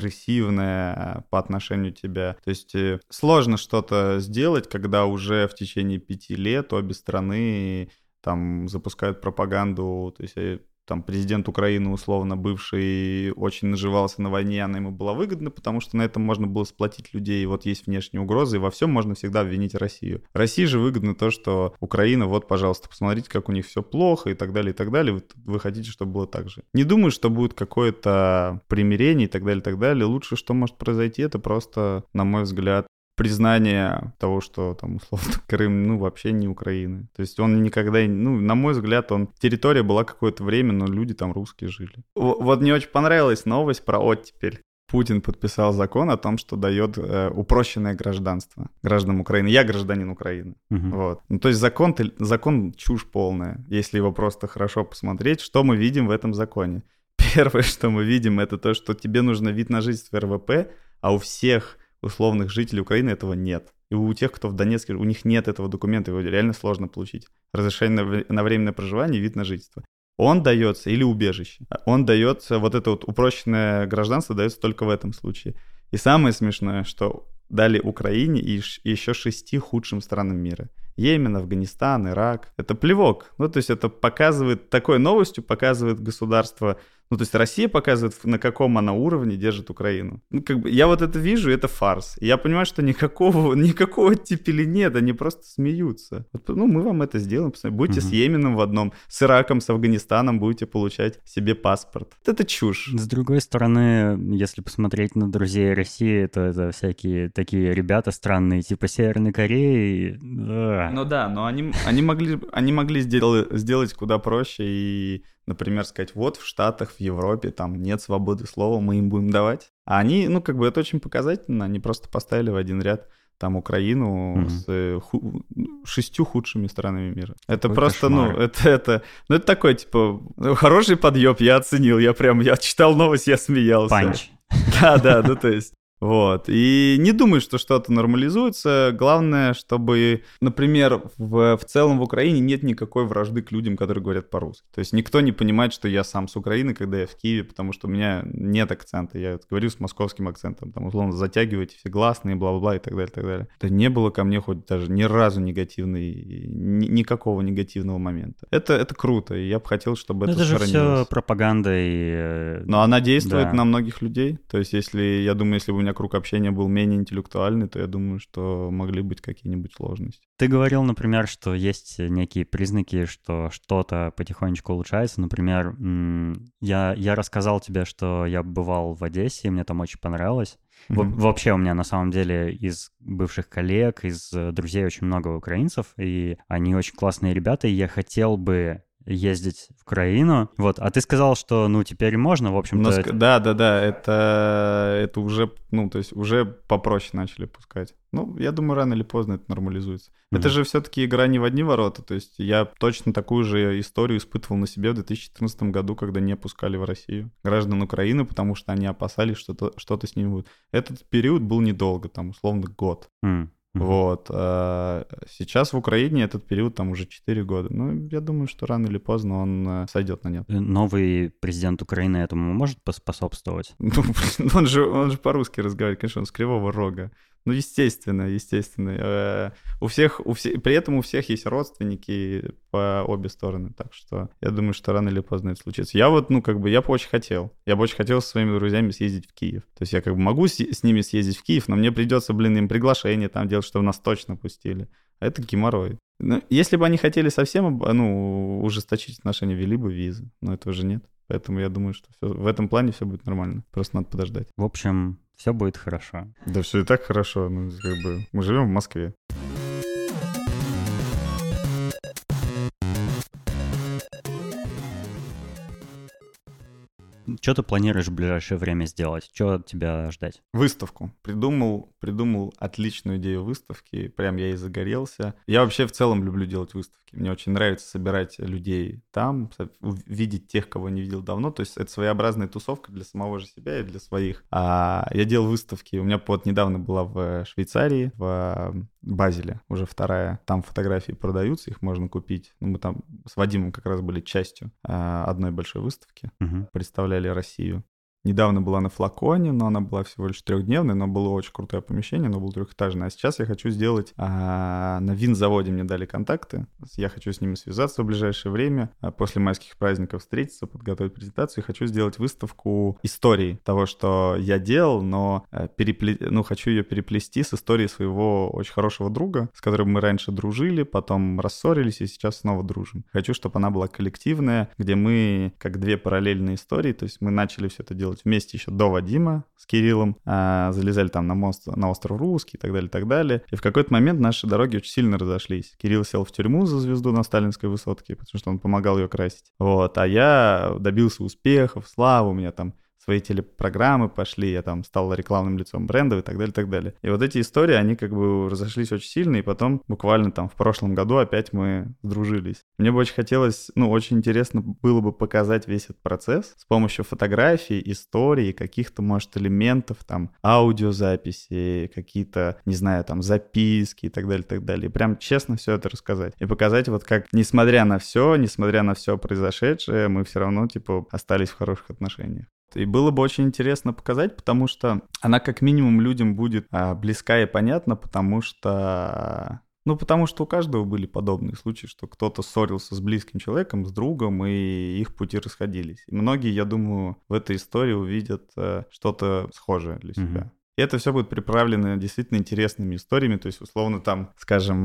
агрессивная по отношению к тебе. То есть сложно что-то сделать, когда уже в течение пяти лет обе страны там запускают пропаганду, то есть там президент Украины, условно, бывший, очень наживался на войне, она ему была выгодна, потому что на этом можно было сплотить людей, и вот есть внешние угрозы, и во всем можно всегда обвинить Россию. России же выгодно то, что Украина, вот, пожалуйста, посмотрите, как у них все плохо, и так далее, и так далее, вы, вы хотите, чтобы было так же. Не думаю, что будет какое-то примирение, и так далее, и так далее. Лучше, что может произойти, это просто, на мой взгляд, признание того, что там, условно, Крым, ну, вообще не Украины. То есть он никогда, ну, на мой взгляд, он... Территория была какое-то время, но люди там русские жили. Вот мне очень понравилась новость про оттепель. Путин подписал закон о том, что дает э, упрощенное гражданство гражданам Украины. Я гражданин Украины. Uh-huh. Вот. Ну, то есть закон, закон чушь полная, если его просто хорошо посмотреть. Что мы видим в этом законе? Первое, что мы видим, это то, что тебе нужно вид на жительство эр вэ пэ, а у всех условных жителей Украины этого нет. И у тех, кто в Донецке, у них нет этого документа, его реально сложно получить. Разрешение на временное проживание, вид на жительство. Он дается, или убежище. Он дается, вот это вот упрощенное гражданство дается только в этом случае. И самое смешное, что дали Украине и еще шести худшим странам мира. Йемен, Афганистан, Ирак. Это плевок. Ну, то есть это показывает, такой новостью показывает государство. Ну, то есть Россия показывает, на каком она уровне держит Украину. Ну, как бы, я вот это вижу, это фарс. Я понимаю, что никакого, никакого оттепели нет, они просто смеются. Вот, ну, мы вам это сделаем. Будьте угу. с Йеменом в одном, с Ираком, с Афганистаном будете получать себе паспорт. Это чушь. С другой стороны, если посмотреть на друзей России, то это всякие такие ребята странные, типа Северной Кореи. Ну да, но они, они могли, они могли сделать, сделать куда проще и... Например, сказать, вот в Штатах, в Европе там нет свободы слова, мы им будем давать. А они, ну, как бы это очень показательно, они просто поставили в один ряд там Украину mm-hmm. с ху- шестью худшими странами мира. Это Какой просто, кошмар. ну, это, это, ну, это такой, типа, хороший подъеб, я оценил, я прям, я читал новость, я смеялся. Панч. Да, да, ну, то есть... Вот. И не думаю, что что-то нормализуется. Главное, чтобы, например, в, в целом в Украине нет никакой вражды к людям, которые говорят по-русски. То есть никто не понимает, что я сам с Украины, когда я в Киеве, потому что у меня нет акцента. Я говорю с московским акцентом. Там, условно, затягиваете все гласные, бла-бла-бла и так далее, и так далее. Это не было ко мне хоть даже ни разу негативный, ни, никакого негативного момента. Это, это круто, и я бы хотел, чтобы это сохранилось. Это же все пропаганда и... Но она действует да. на многих людей. То есть если, я думаю, если бы у меня круг общения был менее интеллектуальный, то я думаю, что могли быть какие-нибудь сложности. Ты говорил, например, что есть некие признаки, что что-то потихонечку улучшается. Например, я, я рассказал тебе, что я бывал в Одессе, и мне там очень понравилось. Mm-hmm. Вообще у меня на самом деле из бывших коллег, из друзей очень много украинцев, и они очень классные ребята, и я хотел бы ездить в Украину. Вот, а ты сказал, что, ну, теперь можно, в общем-то... Это... Да, да, да, это, это уже, ну, то есть уже попроще начали пускать. Ну, я думаю, рано или поздно это нормализуется. Mm-hmm. Это же все-таки игра не в одни ворота, то есть я точно такую же историю испытывал на себе в две тысячи четырнадцатом году, когда не пускали в Россию граждан Украины, потому что они опасались, что-то, что-то с ними будет. Этот период был недолго, там, условно, год. Mm-hmm. Mm-hmm. Вот. А сейчас в Украине этот период там уже четыре года. Ну, я думаю, что рано или поздно он сойдет на нет. Новый президент Украины этому может поспособствовать? Ну, он же, он же по-русски разговаривает, конечно, он с Кривого Рога. Ну, естественно, естественно. У всех, у всех, при этом у всех есть родственники по обе стороны, так что я думаю, что рано или поздно это случится. Я вот, ну, как бы, я бы очень хотел. Я бы очень хотел со своими друзьями съездить в Киев. То есть я как бы могу с, с ними съездить в Киев, но мне придется, блин, им приглашение там делать, чтобы нас точно пустили. А это геморрой. Ну, если бы они хотели совсем, ну, ужесточить отношения, ввели бы визы. Но этого же нет. Поэтому я думаю, что всё, в этом плане все будет нормально. Просто надо подождать. В общем, все будет хорошо. Да все и так хорошо. Ну, как бы мы живем в Москве. Что ты планируешь в ближайшее время сделать? Что от тебя ждать? Выставку. Придумал, придумал отличную идею выставки. Прям я и загорелся. Я вообще в целом люблю делать выставки. Мне очень нравится собирать людей там, видеть тех, кого не видел давно. То есть это своеобразная тусовка для самого же себя и для своих. А я делал выставки. У меня вот недавно была в Швейцарии, в Базеле, уже вторая. Там фотографии продаются, их можно купить. Ну, мы там с Вадимом как раз были частью одной большой выставки. Угу. Представляли Россию. Недавно была на Флаконе, но она была всего лишь трехдневной, но было очень крутое помещение, оно было трехэтажное. А сейчас я хочу сделать... А, на винзаводе мне дали контакты. Я хочу с ними связаться в ближайшее время, а после майских праздников встретиться, подготовить презентацию. И хочу сделать выставку истории того, что я делал, но перепле... ну, хочу ее переплести с историей своего очень хорошего друга, с которым мы раньше дружили, потом рассорились и сейчас снова дружим. Хочу, чтобы она была коллективная, где мы, как две параллельные истории, то есть мы начали все это делать вместе еще до Вадима с Кириллом, а, залезали там на мост, на остров Русский и так далее, и так далее. И в какой-то момент наши дороги очень сильно разошлись. Кирилл сел в тюрьму за звезду на Сталинской высотке, потому что он помогал ее красить. Вот, а я добился успехов, славы, у меня там свои телепрограммы пошли, я там стал рекламным лицом брендов и так далее, и так далее. И вот эти истории, они как бы разошлись очень сильно, и потом буквально там в прошлом году опять мы сдружились. Мне бы очень хотелось, ну, очень интересно было бы показать весь этот процесс с помощью фотографий, историй, каких-то, может, элементов, там, аудиозаписи, какие-то, не знаю, там, записки и так далее, и так далее. И прям честно все это рассказать. И показать вот как, несмотря на все, несмотря на все произошедшее, мы все равно, типа, остались в хороших отношениях. И было бы очень интересно показать, потому что она как минимум людям будет а, близка и понятна, потому что... Ну, потому что у каждого были подобные случаи, что кто-то ссорился с близким человеком, с другом, и их пути расходились. И многие, я думаю, в этой истории увидят а, что-то схожее для себя. Mm-hmm. И это все будет приправлено действительно интересными историями, то есть, условно, там, скажем,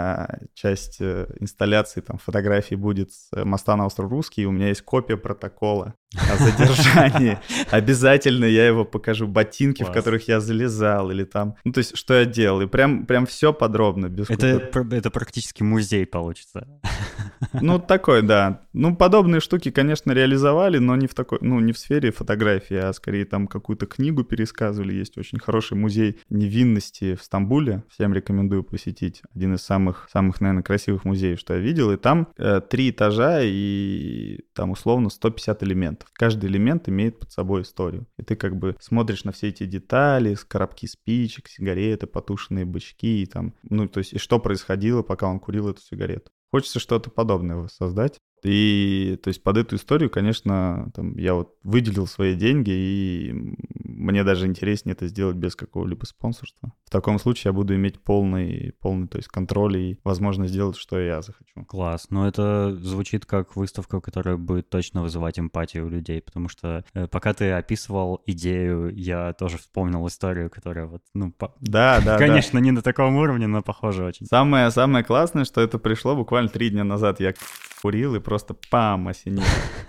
часть инсталляции, там, фотографий будет с моста на остров Русский, и у меня есть копия протокола о задержании. Обязательно я его покажу, ботинки, в которых я залезал, или там, ну, то есть, что я делал, и прям, прям все подробно, без это, это практически музей получится. Ну, такой, да. Ну, подобные штуки, конечно, реализовали, но не в такой, ну, не в сфере фотографии, а скорее там какую-то книгу пересказывали. Есть очень хороший музей невинности в Стамбуле. Всем рекомендую посетить. Один из самых, самых, наверное, красивых музеев, что я видел. И там э, три этажа и там условно сто пятьдесят элементов. Каждый элемент имеет под собой историю. И ты как бы смотришь на все эти детали, коробки спичек, сигареты, потушенные бычки, и там, ну, то есть, и что происходило, пока он курил эту сигарету. Хочется что-то подобное создать. И, то есть, под эту историю, конечно, там, я вот выделил свои деньги, и мне даже интереснее это сделать без какого-либо спонсорства. В таком случае я буду иметь полный, полный, то есть, контроль и возможность сделать, что я захочу. Класс. Но это звучит как выставка, которая будет точно вызывать эмпатию у людей, потому что э, пока ты описывал идею, я тоже вспомнил историю, которая вот, ну, по... да, да, конечно, да. не на таком уровне, но похоже очень. Самое, самое классное, что это пришло буквально три дня назад. Я курил и просто пам, осенил.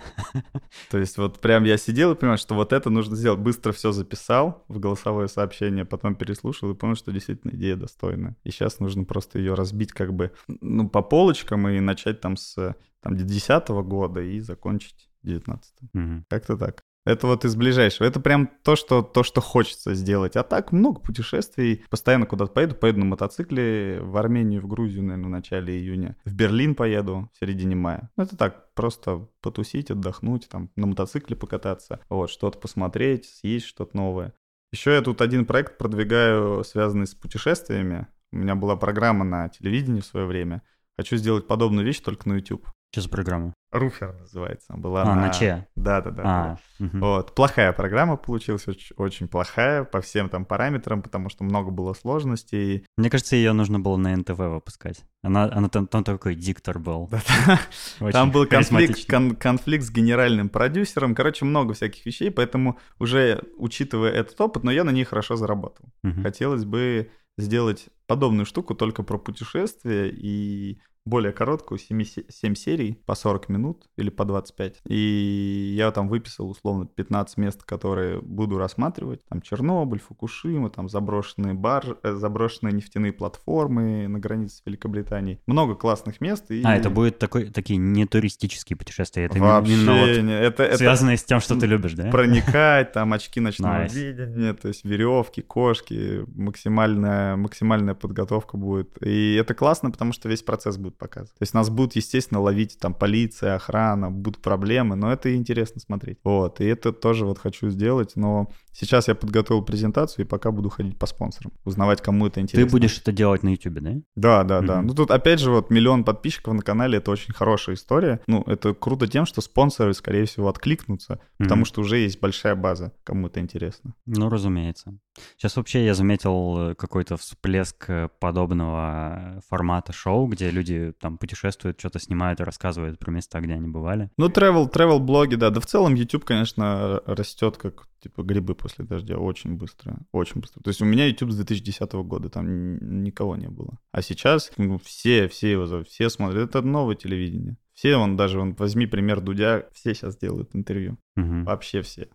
То есть вот прям я сидел и понимал, что вот это нужно сделать. Быстро все записал в голосовое сообщение, потом переслушал и понял, что действительно идея достойная. И сейчас нужно просто ее разбить как бы, ну, по полочкам и начать там с там, десятого года и закончить девятнадцатым. Mm-hmm. Как-то так. Это вот из ближайшего. Это прям то, что, то, что хочется сделать. А так много путешествий. Постоянно куда-то поеду. Поеду на мотоцикле в Армению, в Грузию, наверное, в начале июня. В Берлин поеду в середине мая. Ну, это так, просто потусить, отдохнуть, там, на мотоцикле покататься. Вот, что-то посмотреть, съесть что-то новое. Еще я тут один проект продвигаю, связанный с путешествиями. У меня была программа на телевидении в свое время. Хочу сделать подобную вещь только на YouTube. Что за программа? Руфер называется. Она была а, на... на Че? Да-да-да. А, угу. Вот. Плохая программа получилась, очень, очень плохая по всем там параметрам, потому что много было сложностей. Мне кажется, ее нужно было на эн тэ вэ выпускать. Она, она там, там такой диктор был. Там был конфликт, кон, конфликт с генеральным продюсером. Короче, много всяких вещей, поэтому уже учитывая этот опыт, но я на ней хорошо заработал. Угу. Хотелось бы сделать подобную штуку только про путешествия и более короткую, семь серий по сорок минут или по двадцать пять. И я там выписал условно пятнадцать мест, которые буду рассматривать. Там Чернобыль, Фукушима, там заброшенные баржи, заброшенные нефтяные платформы на границе с Великобританией. Много классных мест. И... А, это будет такой, такие не туристические путешествия? Это вообще именно вот не. Это, связанные это... с тем, что ты любишь, да? Проникать, там очки ночного nice. видения, то есть веревки, кошки, максимальная, максимальная подготовка будет. И это классно, потому что весь процесс будет показывать. То есть нас будут, естественно, ловить там полиция, охрана, будут проблемы, но это интересно смотреть. Вот, и это тоже вот хочу сделать, но сейчас я подготовил презентацию и пока буду ходить по спонсорам, узнавать, кому это интересно. Ты будешь это делать на YouTube, да? Да, да, mm-hmm. да. Ну тут опять же вот миллион подписчиков на канале, это очень хорошая история. Ну это круто тем, что спонсоры, скорее всего, откликнутся, mm-hmm. потому что уже есть большая база, кому это интересно. Ну, разумеется. Сейчас вообще я заметил какой-то всплеск подобного формата шоу, где люди там путешествуют, что-то снимают и рассказывают про места, где они бывали. Ну, travel, travel блоги, да. Да в целом YouTube, конечно, растет как типа грибы после дождя очень быстро, очень быстро. То есть у меня YouTube с две тысячи десятого года, там никого не было. А сейчас ну, все, все его зовут, все смотрят. Это новое телевидение. Все, вон даже, вон, возьми пример Дудя, все сейчас делают интервью. Угу. Вообще все.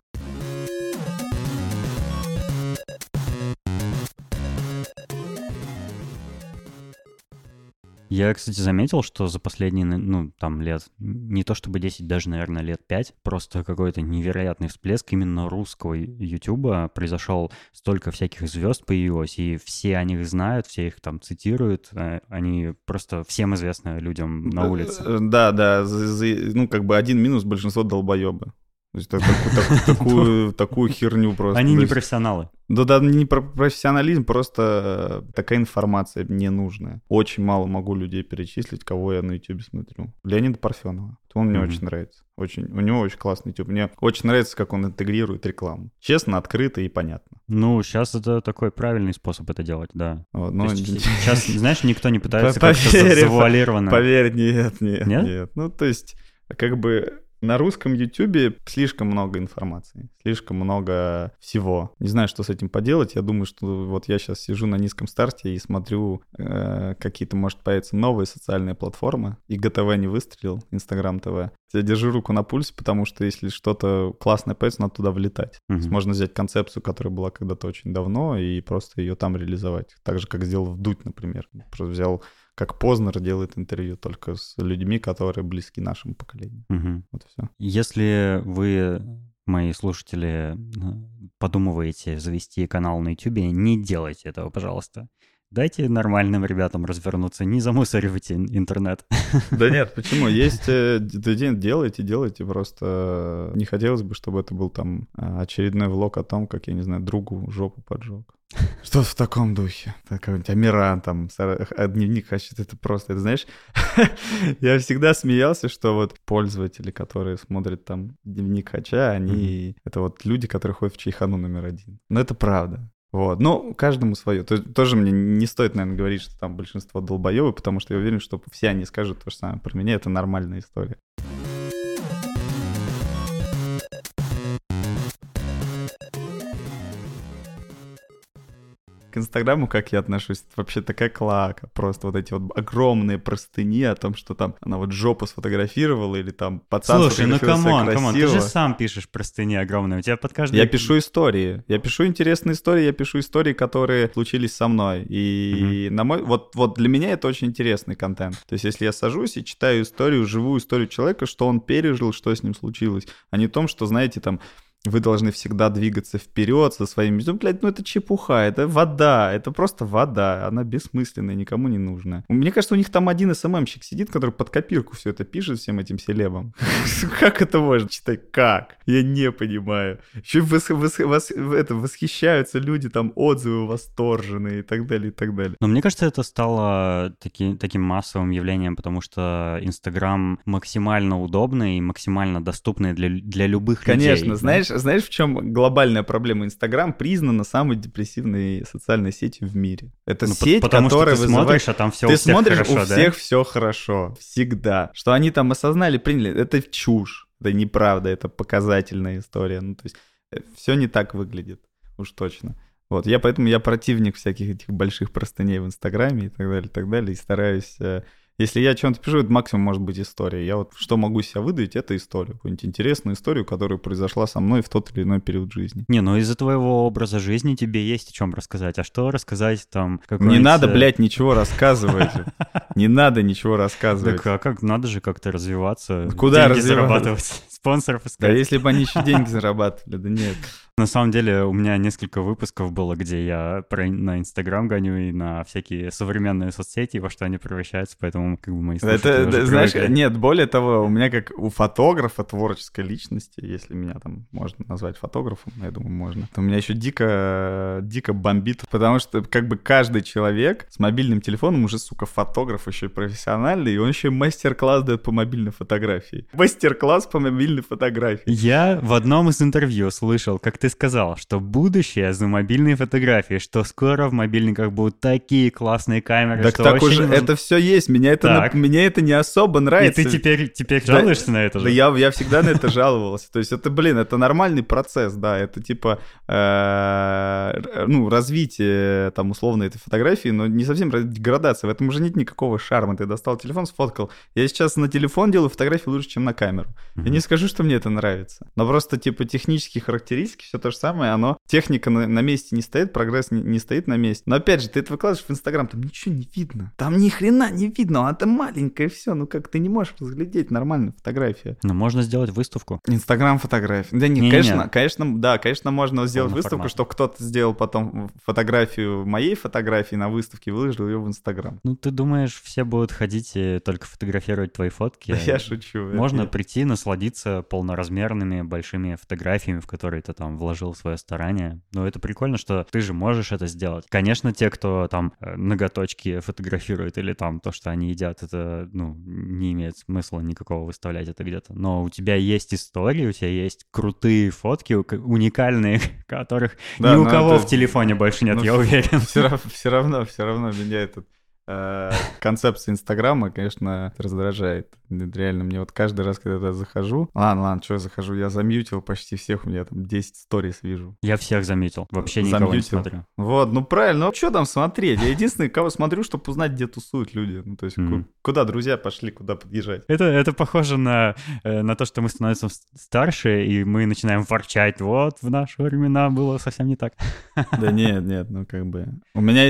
Я, кстати, заметил, что за последние, ну, там, лет, не то чтобы десять, даже, наверное, лет пять, просто какой-то невероятный всплеск именно русского Ютуба произошел. Столько всяких звезд появилось, и все о них знают, все их там цитируют. Они просто всем известны людям на улице. Да, да, ну, как бы один минус — большинство долбоебы. То есть так, так, такую, такую херню просто. Они не есть, профессионалы. Да, да, не про профессионализм, просто такая информация ненужная. Очень мало могу людей перечислить, кого я на Ютубе смотрю. Леонида Парфенова. Он мне mm-hmm. очень нравится. Очень, у него очень классный YouTube. Мне очень нравится, как он интегрирует рекламу. Честно, открыто и понятно. Ну, сейчас это такой правильный способ это делать, да. Вот, но... Сейчас, знаешь, никто не пытается как-то завуалированно. Поверь, нет, нет, нет, нет. Ну, то есть, как бы... На русском Ютубе слишком много информации, слишком много всего. Не знаю, что с этим поделать. Я думаю, что вот я сейчас сижу на низком старте и смотрю, э, какие-то, может, появятся новые социальные платформы. И гэ тэ вэ не выстрелил, Инстаграм тэ вэ. Я держу руку на пульсе, потому что если что-то классное появится, надо туда влетать. Mm-hmm. То есть можно взять концепцию, которая была когда-то очень давно, и просто ее там реализовать. Так же, как сделал Вдудь, например. Просто взял... Как Познер делает интервью только с людьми, которые близки нашему поколению. Угу. Вот и все. Если вы, мои слушатели, подумываете завести канал на YouTube, не делайте этого, пожалуйста. Дайте нормальным ребятам развернуться, не замусоривайте интернет. Да нет, почему? Есть, делайте, делайте, просто не хотелось бы, чтобы это был там очередной влог о том, как, я не знаю, другу жопу поджег. Что в таком духе? Какой-нибудь Амиран, там, дневник Хача, это просто, это знаешь, я всегда смеялся, что вот пользователи, которые смотрят там дневник Хача, они, mm-hmm. это вот люди, которые ходят в чайхану номер один. Но это правда. Вот, но каждому свое. То, тоже мне не стоит, наверное, говорить, что там большинство долбоёбы, потому что я уверен, что все они скажут то же самое про меня, это нормальная история. К Инстаграму, как я отношусь, это вообще такая клака. Просто вот эти вот огромные простыни о том, что там она вот жопу сфотографировала или там пацан Слушай, ну камон, камон, ты же красиво. сам пишешь простыни огромные, у тебя под каждой... Я пишу истории, я пишу интересные истории, я пишу истории, которые случились со мной. И mm-hmm. на мой... вот, вот для меня это очень интересный контент. То есть если я сажусь и читаю историю, живую историю человека, что он пережил, что с ним случилось, а не том, что, знаете, там... вы должны всегда двигаться вперед со своими... Ну, блядь, ну это чепуха, это вода, это просто вода, она бессмысленная, никому не нужна. Мне кажется, у них там один эс эм эм-щик сидит, который под копирку все это пишет всем этим селебам. Как это можно читать? Как? Я не понимаю. Еще вос, вос, вос, это, восхищаются люди, там отзывы восторженные и так далее, и так далее. Но мне кажется, это стало таки, таким массовым явлением, потому что Инстаграм максимально удобный и максимально доступный для, для любых Конечно, людей. Конечно, знаешь, знаешь, в чем глобальная проблема? Инстаграм признана самой депрессивной социальной сетью в мире. Это ну, сеть, потому которая что ты вызывает... смотришь, а там все ты у всех смотришь, хорошо, у да? всех все хорошо, всегда. Что они там осознали, приняли, это чушь, это неправда, это показательная история. Ну, то есть все не так выглядит, уж точно. Вот, я поэтому я противник всяких этих больших простыней в Инстаграме и так далее, и так далее, и стараюсь... Если я о чем-то пишу, это максимум может быть история. Я вот что могу себя выдавить, это историю. Какую-нибудь интересную историю, которая произошла со мной в тот или иной период жизни. Не, ну из-за твоего образа жизни тебе есть о чем рассказать. А что рассказать там? Не надо, блядь, ничего рассказывать. Не надо ничего рассказывать. Так а как? Надо же как-то развиваться. Куда деньги развиваться? Зарабатывать. Спонсоров искать. Да если бы они еще деньги зарабатывали, да нет. На самом деле у меня несколько выпусков было, где я про, на Инстаграм гоню и на всякие современные соцсети, во что они превращаются, поэтому как бы мои слушатели это, уже знаешь, привыкли. нет, более того, у меня как у фотографа творческой личности, если меня там можно назвать фотографом, я думаю, можно, то у меня еще дико, дико бомбит, потому что как бы каждый человек с мобильным телефоном уже, сука, фотограф еще и профессиональный, и он еще и мастер-класс дает по мобильной фотографии. Мастер-класс по мобильной фотографии. Я в одном из интервью слышал, как ты сказал, что будущее за мобильные фотографии, что скоро в мобильниках будут такие классные камеры, так что так вообще уже, не нужно... это все есть, меня это, на, меня это не особо нравится. И ты теперь, теперь жалуешься да, на это же? Да я, я всегда на это жаловался. То есть это, блин, это нормальный процесс, да, это типа, э, ну, развитие, там, условно, этой фотографии, но не совсем деградация. В этом уже нет никакого шарма. Ты достал телефон, сфоткал. Я сейчас на телефон делаю фотографии лучше, чем на камеру. Mm-hmm. Я не скажу, что мне это нравится. Но просто, типа, технические характеристики, все то же самое, оно, техника на, на месте не стоит, прогресс не, не стоит на месте. Но опять же, ты это выкладываешь в Инстаграм, там ничего не видно. Там ни хрена не видно, она там маленькая, все. Ну как ты не можешь разглядеть нормальную фотографию. Ну можно сделать выставку. Инстаграм фотографии. Да нет, не, конечно, не, не. конечно, да, конечно, можно сделать выставку, формат. что кто-то сделал потом фотографию моей фотографии на выставке, выложил ее в Инстаграм. Ну ты думаешь, все будут ходить и только фотографировать твои фотки? Да я шучу. Можно это... прийти, насладиться полноразмерными большими фотографиями, в которые ты там вложил свое старание. Но это прикольно, что ты же можешь это сделать. Конечно, те, кто там ноготочки фотографирует или там то, что они едят, это, ну, не имеет смысла никакого выставлять это где-то. Но у тебя есть истории, у тебя есть крутые фотки, уникальные, которых да, ни у кого это... в телефоне больше нет, я уверен. Все, все равно, все равно меня этот... концепция Инстаграма, конечно, раздражает. Реально, мне вот каждый раз, когда я захожу... Ладно, ладно, что я захожу? Я замьютил почти всех, у меня там десять сторис вижу. Я всех заметил, вообще никого замьютил. Не смотрю. Вот, ну правильно, ну что там смотреть? Я единственный, кого смотрю, чтобы узнать, где тусуют люди. Ну то есть mm-hmm. куда друзья пошли, куда подъезжать. Это, это похоже на, на то, что мы становимся старше, и мы начинаем ворчать. Вот, в наши времена было совсем не так. Да нет, нет, ну как бы... У меня,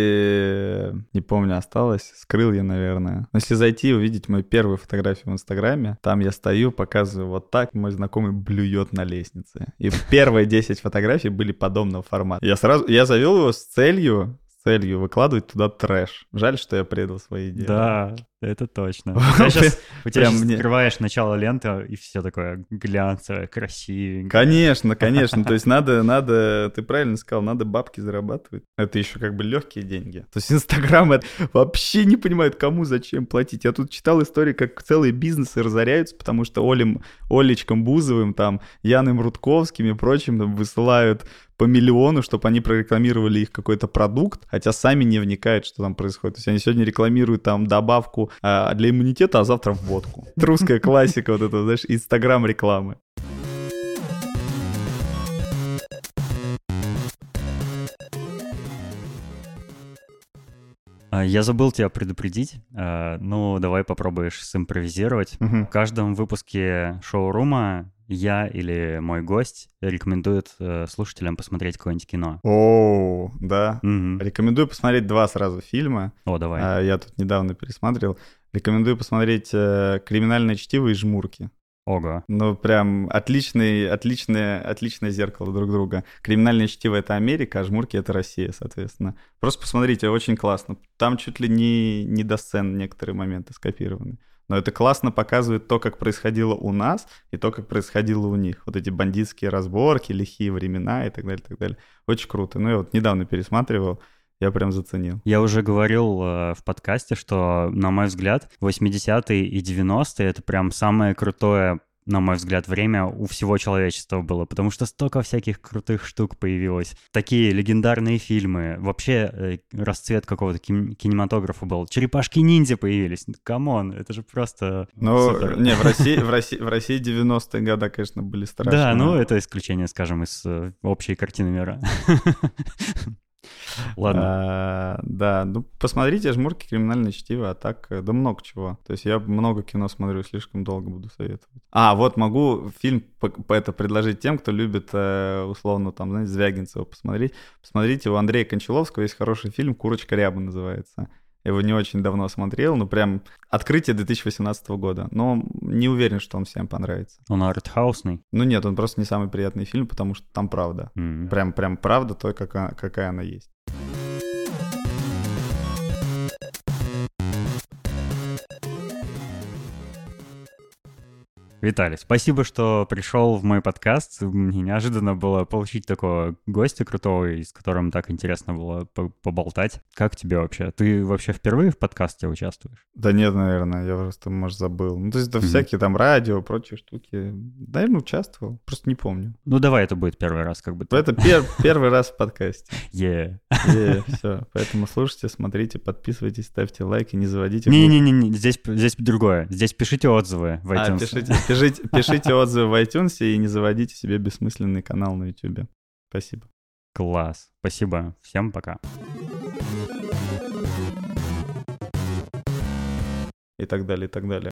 если... Не помню, осталось, скрыл я, наверное. Но если зайти и увидеть мою первую фотографию в Инстаграме, там я стою, показываю вот так, мой знакомый блюет на лестнице. И первые десять фотографий были подобного формата. Я сразу, я завел его с целью, с целью выкладывать туда трэш. Жаль, что я предал свои идеи. Да, это точно. У тебя сейчас, у тебя сейчас мне... открываешь начало ленты, и все такое глянцевое, красивенькое. Конечно, конечно. То есть надо, надо, ты правильно сказал, надо бабки зарабатывать. Это еще как бы легкие деньги. То есть Инстаграм это вообще не понимает, кому зачем платить. Я тут читал истории, как целые бизнесы разоряются, потому что Олем, Олечком Бузовым, там, Яном Рудковским и прочим там, высылают по миллиону, чтобы они прорекламировали их какой-то продукт, хотя сами не вникают, что там происходит. То есть они сегодня рекламируют там добавку а, для иммунитета, а завтра в водку. Это русская классика, вот это, знаешь, Инстаграм-рекламы. Я забыл тебя предупредить, ну давай попробуешь симпровизировать. Угу. В каждом выпуске шоурума я или мой гость рекомендует э, слушателям посмотреть какое-нибудь кино. О, да. Угу. Рекомендую посмотреть два сразу фильма. О, давай. А, я тут недавно пересматривал. Рекомендую посмотреть э, «Криминальное чтиво» и «Жмурки». Ого. Ну, прям отличный, отличное, отличное зеркало друг друга. «Криминальное чтиво» — это Америка, а «Жмурки» — это Россия, соответственно. Просто посмотрите, очень классно. Там чуть ли не, не до сцен некоторые моменты скопированы. Но это классно показывает то, как происходило у нас, и то, как происходило у них. Вот эти бандитские разборки, лихие времена и так далее, так далее. Очень круто. Ну, я вот недавно пересматривал, я прям заценил. Я уже говорил э, в подкасте, что, на мой взгляд, восьмидесятые и девяностые — это прям самое крутое, на мой взгляд, время у всего человечества было, потому что столько всяких крутых штук появилось. Такие легендарные фильмы, вообще э, расцвет какого-то кин- кинематографа был. «Черепашки-ниндзя» появились. Камон, это же просто Ну, супер. не, в России, в России, в России девяностые годы, конечно, были страшные. Да, ну это исключение, скажем, из э, общей картины мира. Ладно. А, да, ну посмотрите «Жмурки», «Криминальное чтиво», а так, да много чего. То есть я много кино смотрю, слишком долго буду советовать. А, вот могу фильм по, по это предложить тем, кто любит, э, условно, там, знаете, Звягинцева посмотреть. Посмотрите, у Андрея Кончаловского есть хороший фильм «Курочка Ряба» называется. Я его не очень давно смотрел, ну прям открытие две тысячи восемнадцатого года. Но не уверен, что он всем понравится. Он артхаусный? Ну нет, он просто не самый приятный фильм, потому что там правда. Mm-hmm. Прям, прям правда той, какая, какая она есть. Виталий, спасибо, что пришел в мой подкаст. Мне неожиданно было получить такого гостя крутого, с которым так интересно было поболтать. Как тебе вообще? Ты вообще впервые в подкасте участвуешь? Да нет, наверное, я просто, может, забыл. Ну, то есть это mm-hmm. всякие там радио, прочие штуки. Наверное, участвовал, просто не помню. Ну, давай это будет первый раз, как бы. Это пер- первый раз в подкасте. Yeah. Yeah, все. Поэтому слушайте, смотрите, подписывайтесь, ставьте лайки, не заводите... Не-не-не, здесь, здесь другое. Здесь пишите отзывы в iTunes. А, пишите, пишите, пишите отзывы в iTunes и не заводите себе бессмысленный канал на YouTube. Спасибо. Класс. Спасибо. Всем пока. И так далее, и так далее.